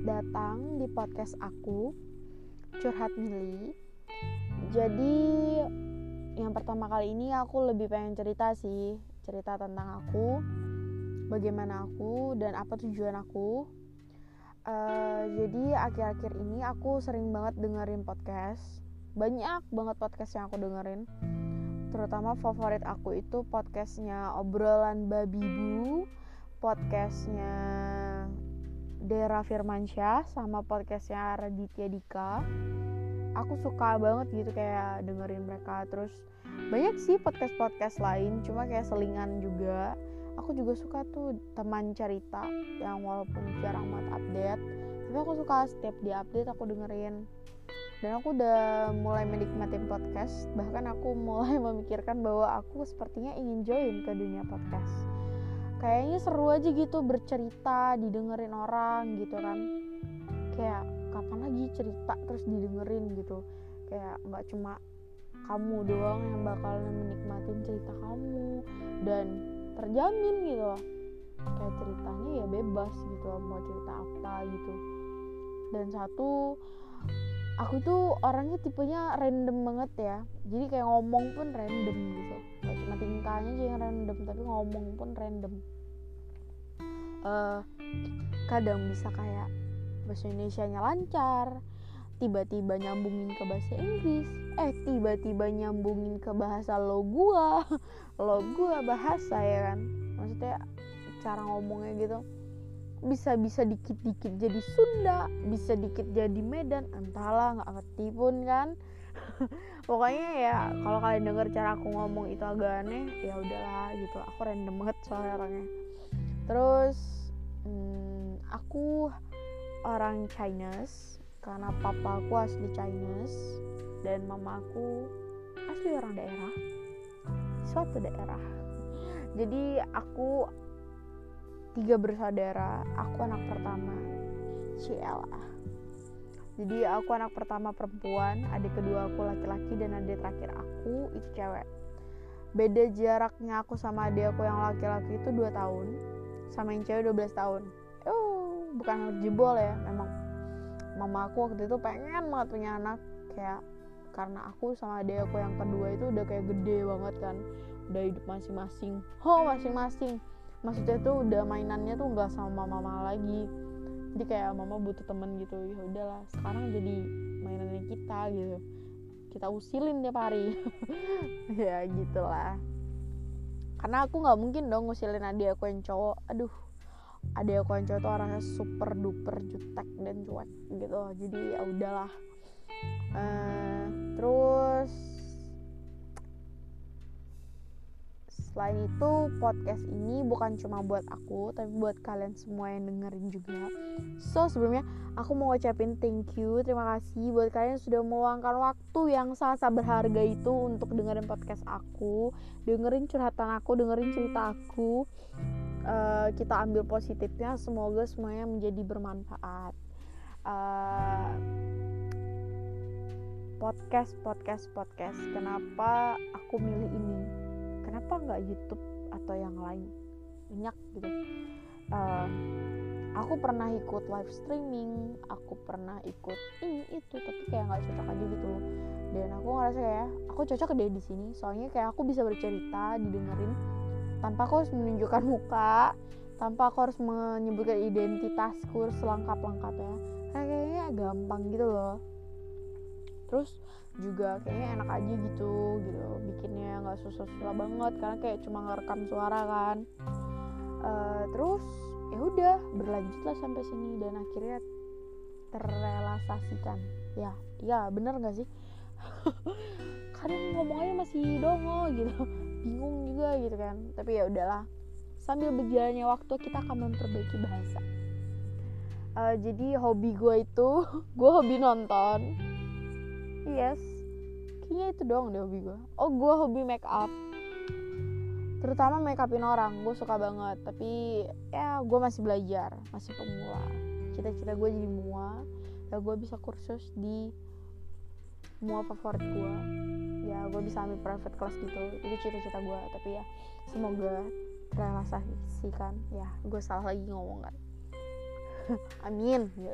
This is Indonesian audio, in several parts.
datang di podcast aku, Curhat Mili. Jadi yang pertama kali ini aku lebih pengen cerita tentang aku, bagaimana aku dan apa tujuan aku. Jadi akhir-akhir ini aku sering banget dengerin podcast. Banyak banget podcast yang aku dengerin. Terutama favorit aku itu podcastnya Obrolan Babi Bu, podcastnya Dera Firmansyah, sama podcastnya Raditya Dika. Aku suka banget gitu kayak dengerin mereka. Terus banyak sih podcast lain, cuma kayak selingan juga. Aku juga suka tuh teman cerita yang walaupun jarang banget update, tapi aku suka setiap dia update aku dengerin. Dan aku udah mulai menikmati podcast. Bahkan aku mulai memikirkan bahwa aku sepertinya ingin join ke dunia podcast. Kayaknya seru aja gitu bercerita, didengerin orang gitu kan. Kayak kapan lagi cerita terus didengerin gitu. Kayak gak cuma kamu doang yang bakal menikmatin cerita kamu. Dan terjamin gitu loh. Kayak ceritanya ya bebas gitu loh, mau cerita apa gitu. Dan satu, aku tuh orangnya tipenya random banget ya. Jadi kayak ngomong pun random gitu. Gak cuma tingkahnya aja yang random, tapi ngomong pun random. Kadang bisa kayak bahasa Indonesianya lancar, tiba-tiba nyambungin ke bahasa Inggris, tiba-tiba nyambungin ke bahasa lo gua bahasa ya kan. Maksudnya cara ngomongnya gitu. Bisa dikit-dikit jadi Sunda, bisa dikit jadi Medan, entahlah, nggak ngerti pun kan. Pokoknya ya kalau kalian denger cara aku ngomong itu agak aneh, ya udahlah gitu. Aku random banget soalnya orangnya. Terus aku orang Chinese karena papa aku asli Chinese dan mama aku asli orang daerah, suatu daerah. Jadi aku 3 bersaudara, aku anak pertama. Cielah. Jadi aku anak pertama perempuan, adik kedua aku laki-laki, dan adik terakhir aku itu cewek. Beda jaraknya aku sama adik aku yang laki-laki itu 2 tahun, sama yang cewek 12 tahun. Bukan anak jebol ya, memang mama aku waktu itu pengen banget punya anak, kayak karena aku sama adik aku yang kedua itu udah kayak gede banget kan, udah hidup masing-masing. Maksudnya tuh udah mainannya tuh nggak sama mama lagi, jadi kayak mama butuh temen gitu. Ya udahlah, sekarang jadi mainannya kita gitu, kita usilin tiap hari. Ya gitulah, karena aku nggak mungkin dong ngusilin adik aku yang cowok. Adik aku yang cowok tuh orangnya super duper jutek dan cuek gitu, jadi ya udahlah. Terus selain itu, podcast ini bukan cuma buat aku, tapi buat kalian semua yang dengerin juga. So, sebelumnya aku mau ucapin thank you, terima kasih buat kalian yang sudah meluangkan waktu yang sangat berharga itu untuk dengerin podcast aku, dengerin curhatan aku, dengerin cerita aku. Kita ambil positifnya, semoga semuanya menjadi bermanfaat. Podcast. Kenapa aku milih ini? Kenapa nggak YouTube atau yang lain? Banyak gitu. Aku pernah ikut live streaming, aku pernah ikut ini itu, tapi kayak nggak cocok aja gitu. Dan aku ngerasa kayak aku cocok deh di sini, soalnya kayak aku bisa bercerita, didengerin tanpa aku harus menunjukkan muka, tanpa aku harus menyebutkan identitasku selengkap-lengkapnya. Kayaknya gampang gitu loh. Terus juga kayaknya enak aja gitu bikinnya, nggak susah-susah banget karena kayak cuma ngerekam suara kan. Terus ya udah berlanjutlah sampai sini dan akhirnya terrealisasikan. Ya bener nggak sih? Kadang ngomongnya masih dongo gitu, bingung juga gitu kan. Tapi ya udahlah, sambil berjalannya waktu kita akan memperbaiki bahasa. Jadi hobi gue itu gue hobi nonton. Yes, kayaknya itu doang deh hobi gue. Gue hobi make up, terutama make upin orang. Gue suka banget, tapi ya gue masih belajar, masih pemula. Cita-cita gue jadi mua, ya gue bisa kursus di mua favorit gue. Ya gue bisa ambil private class gitu, itu cita-cita gue. Tapi ya semoga terrealisasikan. Ya gue salah lagi ngomong kan. Amin. Ya udah.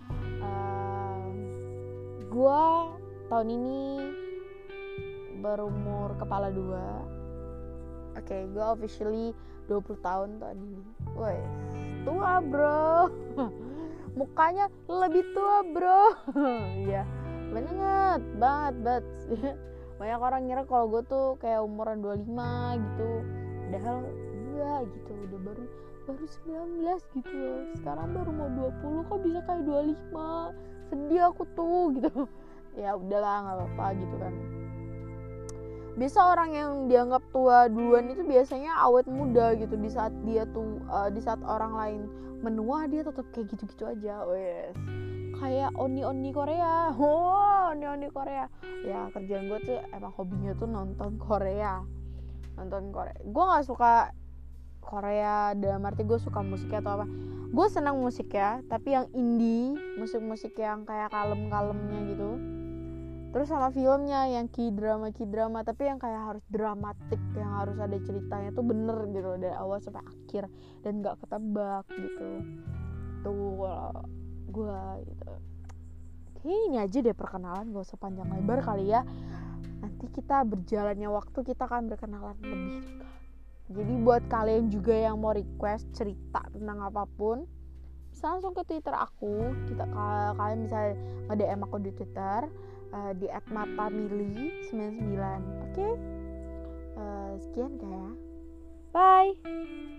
Gue tahun ini berumur kepala 2. Oke, gue officially 20 tahun tahun ini. Woi, tua bro. Mukanya lebih tua bro. Iya, banget. Banyak orang ngira kalau gue tuh kayak umuran 25 gitu. Padahal enggak gitu, udah baru 19 gitu loh. Sekarang baru mau 20, kok bisa kayak 25? Sedih aku tuh gitu. Ya udahlah, nggak apa-apa gitu kan. Biasa orang yang dianggap tua duluan itu biasanya awet muda gitu. Di saat dia tuh di saat orang lain menua, dia tetap kayak gitu-gitu aja. Wes, kayak oni Korea. Oni Korea. Ya kerjaan gue tuh emang hobinya tuh nonton Korea. Gue nggak suka Korea dalam arti gue suka musiknya atau apa. Gue senang musik ya, tapi yang indie, musik yang kayak kalem-kalemnya gitu. Terus sama filmnya yang K-drama, tapi yang kayak harus dramatik, yang harus ada ceritanya tuh bener gitu dari awal sampai akhir dan nggak ketebak gitu. Tuh gue gitu. Kayaknya ini aja deh perkenalan, gak usah panjang lebar kali ya. Nanti kita berjalannya waktu kita akan berkenalan lebih dekat. Jadi buat kalian juga yang mau request cerita tentang apapun, bisa langsung ke Twitter aku. Kalian bisa nge-DM aku di Twitter di @matamili99. Oke? Sekian kayak. Bye.